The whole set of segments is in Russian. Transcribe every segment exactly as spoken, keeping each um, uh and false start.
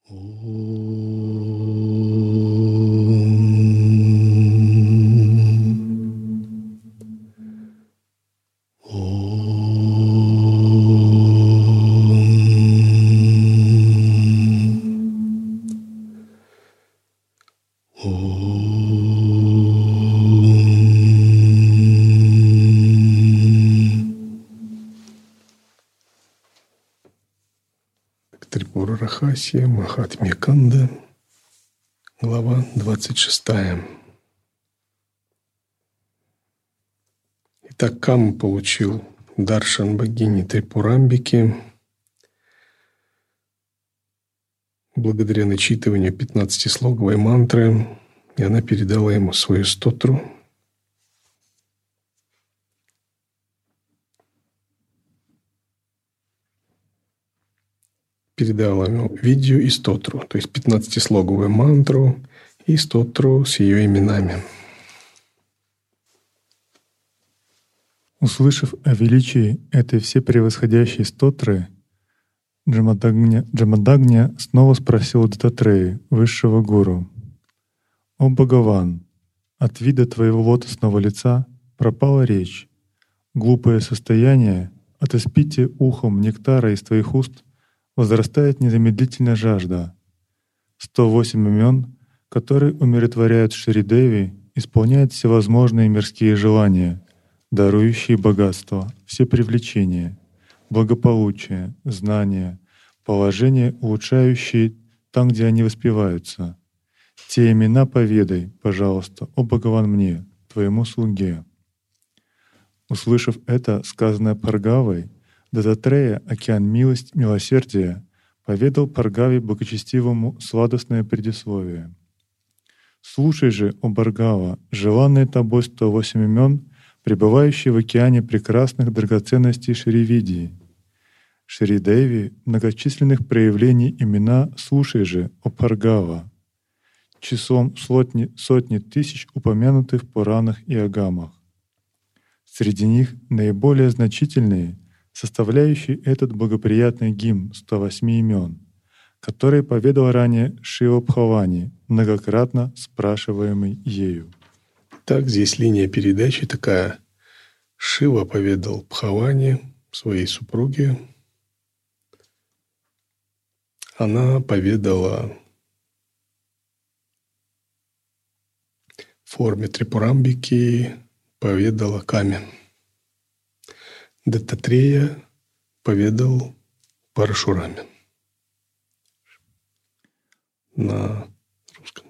Трипура Рахасия, Махатмья Канда, глава двадцать шестая. Итак, Кама получил даршан богини Трипурамбики благодаря начитыванию пятнадцатислоговой мантры, и она передала ему свою стотру. Передала ему видью и стотру, то есть пятнадцатислоговую мантру и стотру с ее именами. Услышав о величии этой всепревосходящей стотры, Джамадагня, Джамадагня снова спросил Даттатреи, высшего гуру: «О Бхагаван, от вида твоего лотосного лица пропала речь. Глупое состояние, от испития ухом нектара из твоих уст возрастает незамедлительно жажда. Сто восемь имен, которые умиротворяют Шри-Деви, исполняют всевозможные мирские желания, дарующие богатство, все привлечения, благополучие, знания, положение, улучшающие там, где они воспеваются. Те имена поведай, пожалуйста, о Бхагаван мне, твоему слуге». Услышав это, сказанное Бхаргавой, Даттатрея, океан милость, милосердия, поведал Бхаргаве благочестивому сладостное предисловие. «Слушай же, о Бхаргава, желанные тобой сто восемь имен, пребывающие в океане прекрасных драгоценностей Шри-Видии. Шри-Деви, многочисленных проявлений имена, слушай же, о Бхаргава, числом сотни, сотни тысяч упомянутых в Пуранах и Агамах. Среди них наиболее значительные, составляющие этот благоприятный гимн сто восьми имен, который поведал ранее Шива Бхавани, многократно спрашиваемый ею». Так, здесь линия передачи такая. Шива поведал Бхавани, своей супруге. Она поведала в форме Трипурамбики, поведала Каме. Даттатрея поведал Парашураме на русском.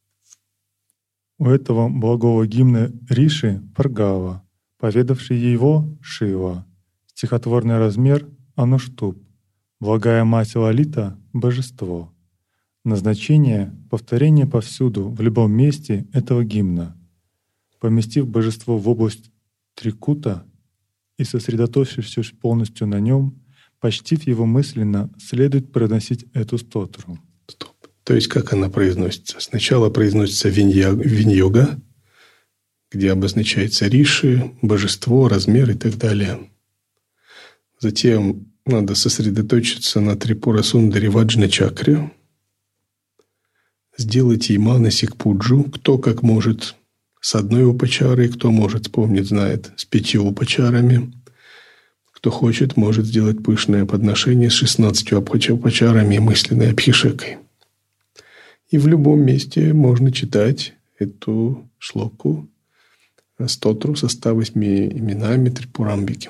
У этого благого гимна Риши — Бхаргава, поведавший его — Шива, стихотворный размер — Ануштуб, благая мать Лалита — Божество. Назначение — повторение повсюду, в любом месте этого гимна. Поместив Божество в область Трикута и сосредоточившись полностью на нем, почтив его мысленно, следует произносить эту стотру. Стоп. То есть как она произносится? Сначала произносится виньога, где обозначается риши, божество, размер и так далее. Затем надо сосредоточиться на Трипура Сундари Ваджна чакре, сделать ей манасик пуджу, кто как может, с одной упачарой, кто может, помнит, знает, с пятью упачарами. Кто хочет, может сделать пышное подношение с шестнадцатью упачарами и мысленной абхишекой. И в любом месте можно читать эту шлоку, стотру со ста восьми именами Трипурамбики.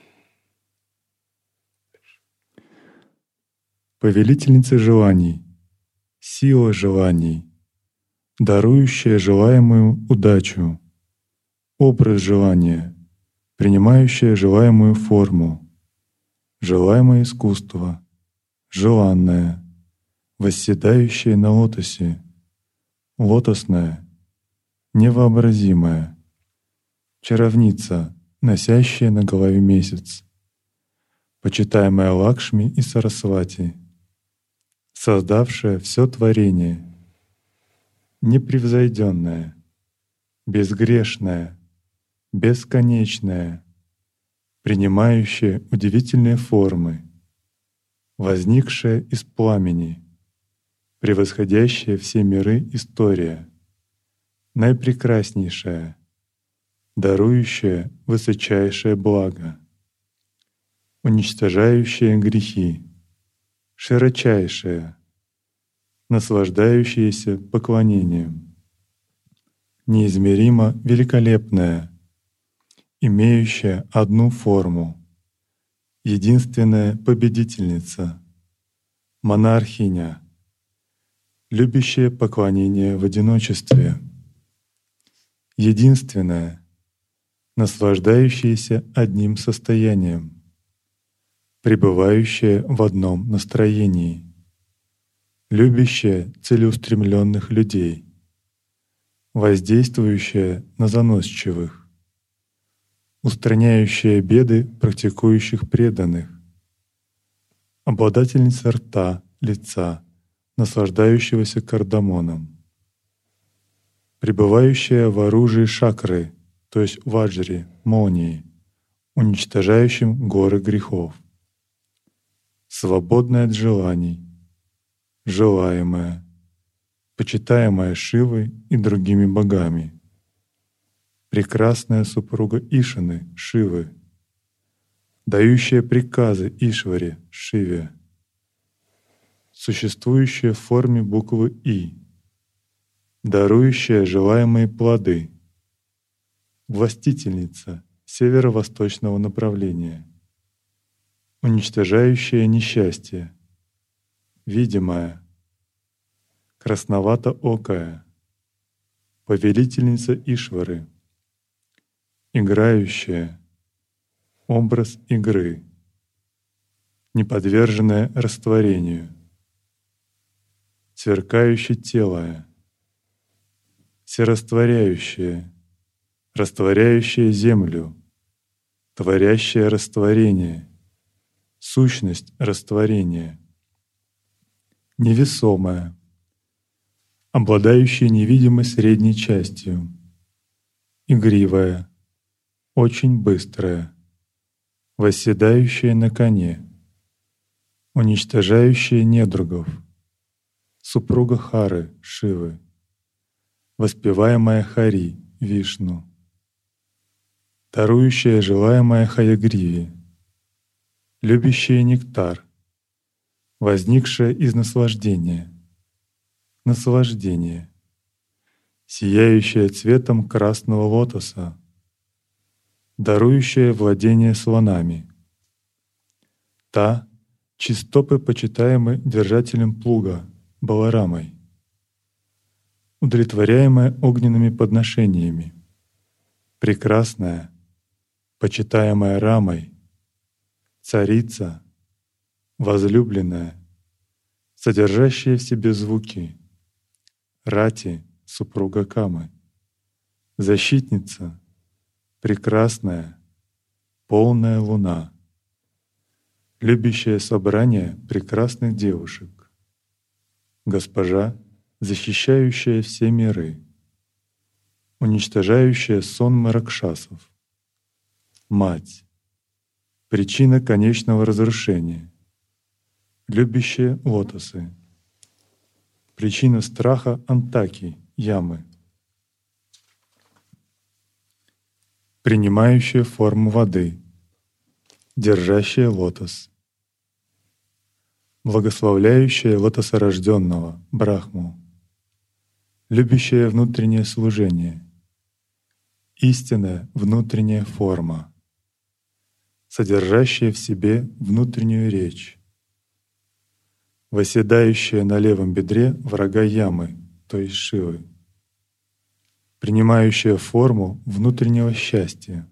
Повелительница желаний, сила желаний, дарующая желаемую удачу, образ желания, принимающая желаемую форму, желаемое искусство, желанное, восседающее на лотосе, лотосное, невообразимое, чаровница, носящая на голове месяц, почитаемая Лакшми и Сарасвати, создавшая все творение, непревзойденная, безгрешная, бесконечная, принимающая удивительные формы, возникшая из пламени, превосходящая все миры история, наипрекраснейшая, дарующая высочайшее благо, уничтожающая грехи, широчайшая, наслаждающаяся поклонением, неизмеримо великолепная, имеющая одну форму, единственная победительница, монархиня, любящая поклонение в одиночестве, единственная, наслаждающаяся одним состоянием, пребывающая в одном настроении, любящая целеустремленных людей, воздействующая на заносчивых, устраняющая беды практикующих преданных, обладательница рта, лица, наслаждающегося кардамоном, пребывающая в оружии шакры, то есть ваджри, молнии, уничтожающим горы грехов, свободная от желаний, желаемая, почитаемая Шивой и другими богами, прекрасная супруга Ишаны, Шивы, дающая приказы Ишваре, Шиве, существующая в форме буквы И, дарующая желаемые плоды, властительница северо-восточного направления, уничтожающая несчастье, видимая, красновато-окая, повелительница Ишвары, играющая, образ игры, неподверженная растворению, сверкающее тело, всерастворяющее, растворяющее землю, творящее растворение, сущность растворения, невесомая, обладающая невидимой средней частью, игривая, очень быстрая, восседающая на коне, уничтожающая недругов, супруга Хары, Шивы, воспеваемая Хари, Вишну, дарующая желаемое Хаягриви, любящая нектар, возникшая из наслаждения, наслаждение, сияющая цветом красного лотоса, дарующая владение слонами, та, чьи стопы почитаемы держателем плуга, Баларамой, удовлетворяемая огненными подношениями, прекрасная, почитаемая Рамой, царица, возлюбленная, содержащая в себе звуки, Рати, супруга Камы, защитница, прекрасная, полная луна, любящая собрание прекрасных девушек, госпожа, защищающая все миры, уничтожающая сонмы ракшасов, мать, причина конечного разрушения, любящая лотосы, причина страха Антаки, Ямы, принимающая форму воды, держащая лотос, благословляющая лотосорожденного, Брахму, любящая внутреннее служение, истинная внутренняя форма, содержащая в себе внутреннюю речь, восседающая на левом бедре врага Ямы, то есть Шивы, принимающая форму внутреннего счастья,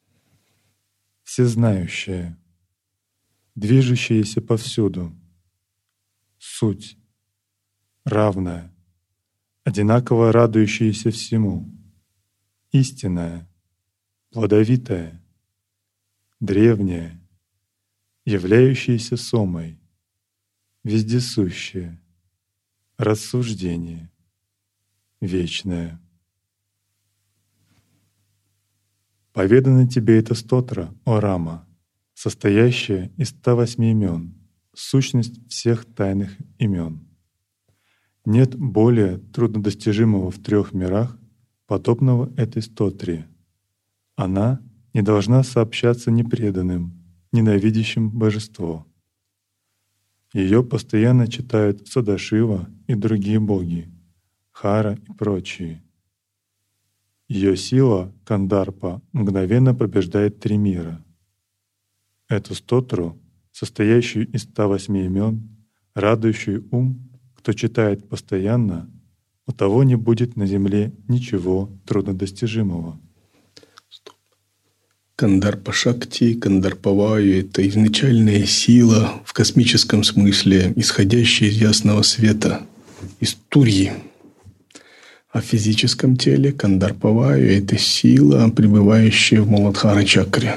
всезнающая, движущаяся повсюду, суть, равная, одинаково радующаяся всему, истинная, плодовитая, древняя, являющаяся сомой, вездесущая, рассуждение, вечное. Поведана тебе эта стотра, о Рама, состоящая из ста восьми имен, сущность всех тайных имен. Нет более труднодостижимого в трех мирах, подобного этой стотре. Она не должна сообщаться непреданным, ненавидящим божество. Ее постоянно читают Садашива и другие боги, Хара и прочие. Ее сила, Кандарпа, мгновенно побеждает три мира. Эту стотру, состоящую из ста восьми имен, радующую ум, кто читает постоянно, у того не будет на земле ничего труднодостижимого. Кандарпа Шакти, Кандарпаваю — это изначальная сила в космическом смысле, исходящая из ясного света, из Турьи. А в физическом теле Кандарпаваю — это сила, пребывающая в Муладхара чакре.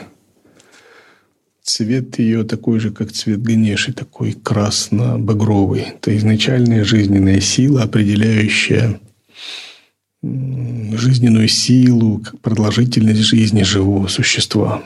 Цвет ее такой же, как цвет Ганеши, такой красно-багровый. Это изначальная жизненная сила, определяющая жизненную силу, продолжительность жизни живого существа.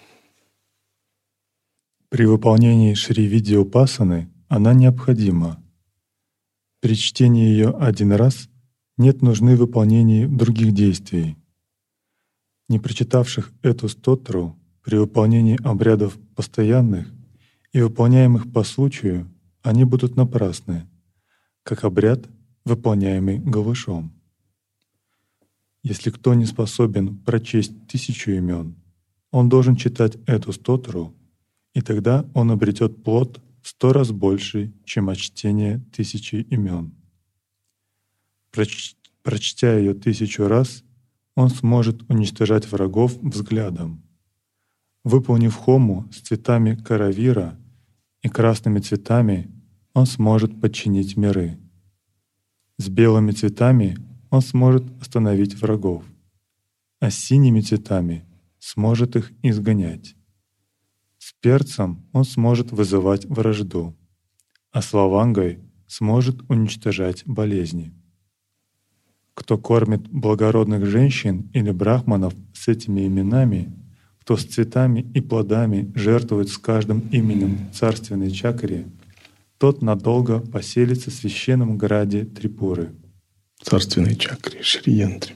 При выполнении Шри-Видья-Упасаны она необходима. При чтении ее один раз нет нужды в выполнении других действий. Не прочитавших эту стотру при выполнении обрядов постоянных и выполняемых по случаю, они будут напрасны, как обряд, выполняемый голышом. Если кто не способен прочесть тысячу имен, он должен читать эту стотру, и тогда он обретет плод в сто раз больше, чем от чтения тысячи имен. Проч... Прочтя ее тысячу раз, он сможет уничтожать врагов взглядом. Выполнив хому с цветами каравира и красными цветами, он сможет подчинить миры. С белыми цветами он сможет остановить врагов, а с синими цветами сможет их изгонять. С перцем он сможет вызывать вражду, а с лавангой сможет уничтожать болезни. Кто кормит благородных женщин или брахманов с этими именами, кто с цветами и плодами жертвует с каждым именем царственной чакре, тот надолго поселится в священном граде Трипуры. Царственной чакре, Шри-Янтри.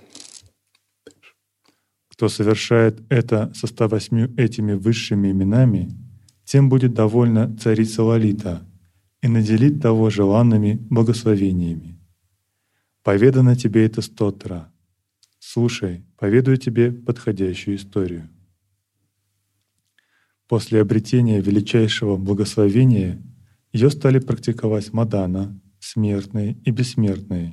Кто совершает это со ста восьми этими высшими именами, тем будет довольна царица Лалита и наделит того желанными благословениями. Поведана тебе эта стотра. Слушай, поведаю тебе подходящую историю. После обретения величайшего благословения ее стали практиковать Мадана, смертные и бессмертные,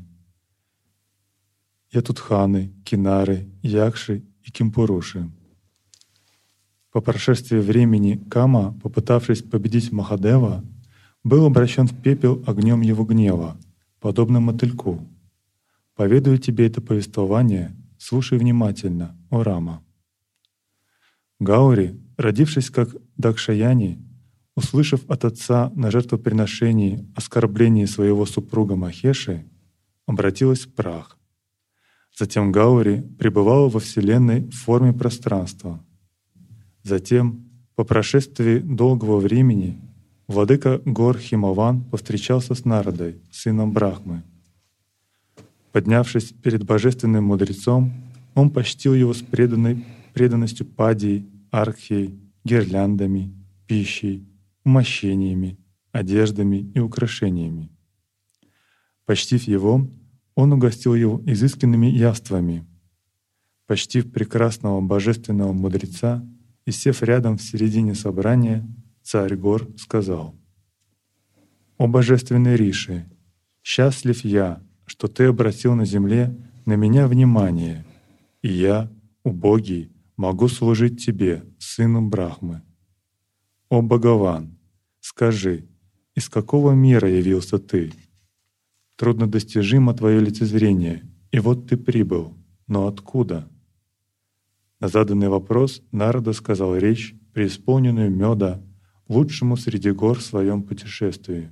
Ятудханы, Кинары, Якши и Кимпуруши. По прошествии времени Кама, попытавшись победить Махадева, был обращен в пепел огнем его гнева, подобно мотыльку. Поведаю тебе это повествование, слушай внимательно, о Рама. Гаури, родившись как Дакшаяни, услышав от отца на жертвоприношении оскорблении своего супруга Махеши, обратилась в прах. Затем Гаури пребывала во Вселенной в форме пространства. Затем, по прошествии долгого времени, владыка гор Химаван повстречался с Нарадой, сыном Брахмы. Поднявшись перед божественным мудрецом, он почтил его с преданной преданностью падией, архией, гирляндами, пищей, умощениями, одеждами и украшениями. Почтив его, он угостил его изысканными явствами. Почтив прекрасного божественного мудреца и сев рядом в середине собрания, царь гор сказал: «О божественный Риши, счастлив я, что ты обратил на земле на меня внимание, и я, убогий, могу служить тебе, сыну Брахмы. О Бхагаван, скажи, из какого мира явился ты? Труднодостижимо твое лицезрение, и вот ты прибыл, но откуда?» На заданный вопрос Нарада сказал речь, преисполненную меда, лучшему среди гор в своем путешествии.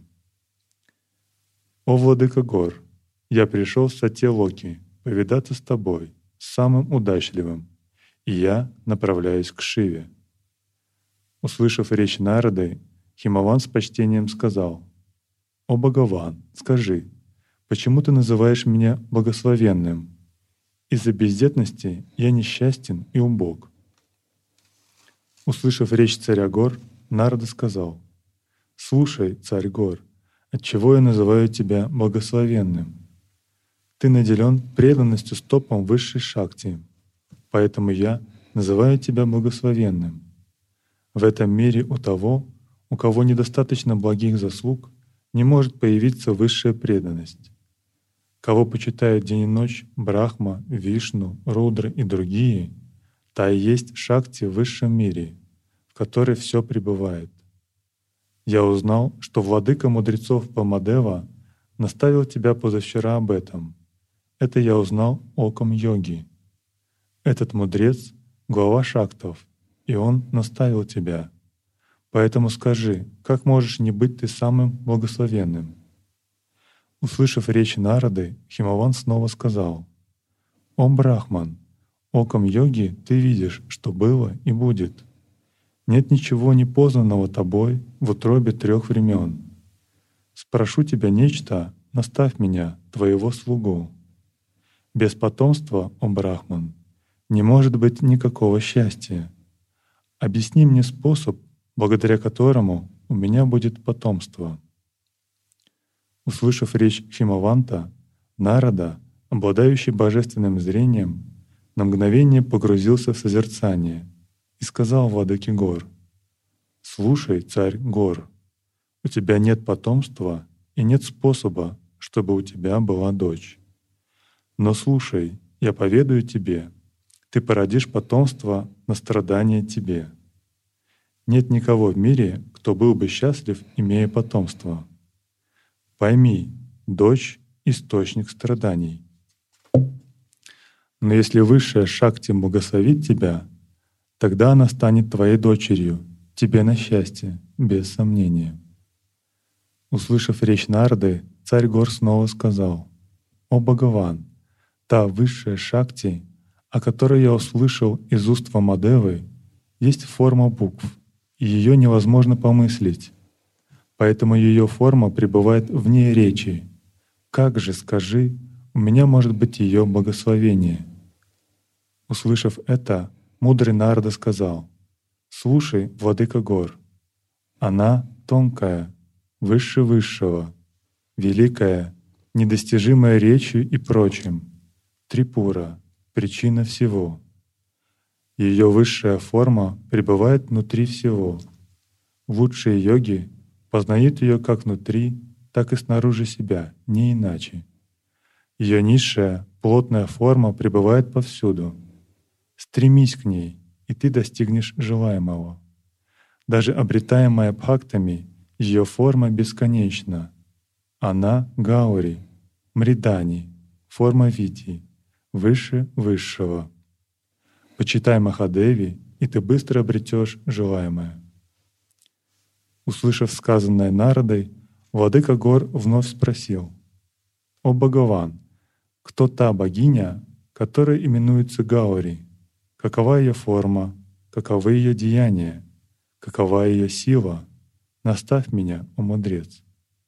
«О владыка гор, я пришел с Сатья-Локи повидаться с тобой, самым удачливым, и я направляюсь к Шиве». Услышав речь Нарады, Химаван с почтением сказал: «О Бхагаван, скажи, Почему ты называешь меня благословенным? Из-за бездетности я несчастен и убог». Услышав речь царя гор, Нарада сказал: «Слушай, царь гор, отчего я называю тебя благословенным? Ты наделен преданностью стопам высшей шакти, поэтому я называю тебя благословенным. В этом мире у того, у кого недостаточно благих заслуг, не может появиться высшая преданность. Кого почитают день и ночь Брахма, Вишну, Рудра и другие, та и есть шакти в высшем мире, в которой все пребывает. Я узнал, что владыка мудрецов Бамадева наставил тебя позавчера об этом. Это я узнал оком йоги. Этот мудрец — глава шактов, и он наставил тебя. Поэтому скажи, как можешь не быть ты самым благословенным?» Услышав речь Нарады, Химаван снова сказал: «О Брахман, оком йоги ты видишь, что было и будет. Нет ничего непознанного тобой в утробе трех времен. Спрошу тебя нечто, наставь меня, твоего слугу. Без потомства, о Брахман, не может быть никакого счастья. Объясни мне способ, благодаря которому у меня будет потомство». Услышав речь Химаванта, Нарада, обладающий божественным зрением, на мгновение погрузился в созерцание и сказал владыке гор: «Слушай, царь гор, у тебя нет потомства и нет способа, чтобы у тебя была дочь. Но слушай, я поведаю тебе, ты породишь потомство на страдание тебе. Нет никого в мире, кто был бы счастлив, имея потомство. Пойми, дочь — источник страданий. Но если высшая шакти благословит тебя, тогда она станет твоей дочерью, тебе на счастье, без сомнения». Услышав речь Нарды, царь гор снова сказал: «О Бхагаван, та высшая шакти, о которой я услышал из уст Вамадевы, есть форма букв, и ее невозможно помыслить. Поэтому ее форма пребывает вне речи. Как же, скажи, у меня может быть ее благословение?» Услышав это, мудрый Нарада сказал: «Слушай, владыка гор, она тонкая, выше высшего, великая, недостижимая речью и прочим, Трипура, причина всего. Ее высшая форма пребывает внутри всего. Лучшие йоги познают ее как внутри, так и снаружи себя, не иначе. Ее низшая, плотная форма пребывает повсюду. Стремись к ней, и ты достигнешь желаемого. Даже обретаемая бхактами, ее форма бесконечна. Она — Гаури, Мридани, форма Вити, выше высшего. Почитай Махадеви, и ты быстро обретешь желаемое». Услышав сказанное Нарадой, владыка гор вновь спросил: «О Бхагаван, кто та богиня, которая именуется Гаури? Какова ее форма? Каковы ее деяния? Какова ее сила? Наставь меня, о мудрец».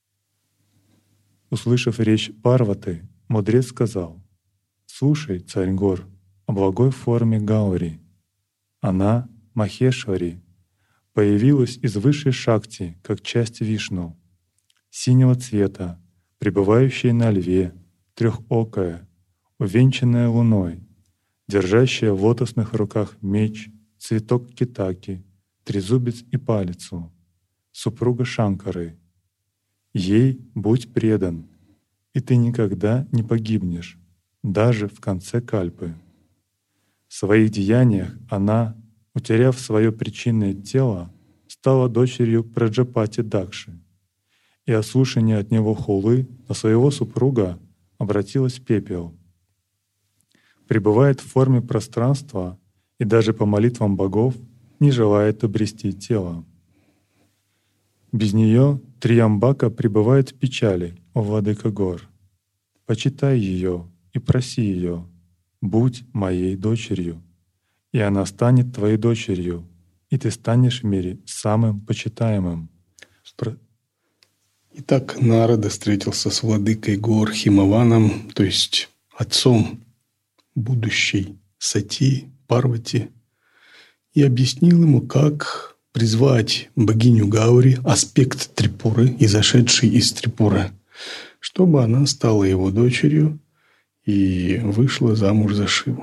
Услышав речь Парваты, мудрец сказал: «Слушай, царь гор, о благой форме Гаури. Она — Махешвари, появилась из высшей шакти, как часть Вишну, синего цвета, пребывающая на льве, трехокая, увенчанная луной, держащая в лотосных руках меч, цветок китаки, трезубец и палицу, супруга Шанкары. Ей будь предан, и ты никогда не погибнешь, даже в конце кальпы. В своих деяниях она, утеряв свое причинное тело, стала дочерью Праджапати Дакши, и от слушания от него хулы на своего супруга обратилась в пепел. Пребывает в форме пространства и даже по молитвам богов не желает обрести тело. Без нее Триямбака пребывает в печали, о владыка гор. Почитай ее и проси ее: будь моей дочерью, и она станет твоей дочерью, и ты станешь в мире самым почитаемым. Про... Итак, Нарада встретился с владыкой гор Химаваном, то есть отцом будущей Сати, Парвати, и объяснил ему, как призвать богиню Гаури, аспект Трипуры, изошедшей из Трипуры, чтобы она стала его дочерью и вышла замуж за Шиву.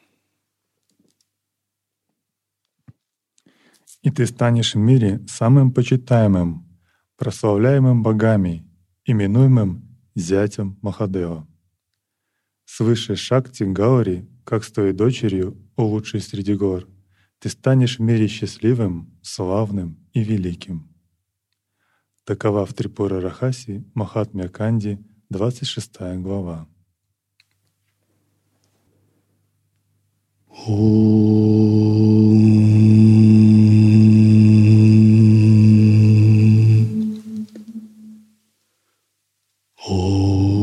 И ты станешь в мире самым почитаемым, прославляемым богами, именуемым зятем Махадева. Свыше Шакти Гаури, как с твоей дочерью, о лучшей среди гор, ты станешь в мире счастливым, славным и великим. Такова в Трипура Рахаси Махатмья Канди, двадцать шестая глава. Oh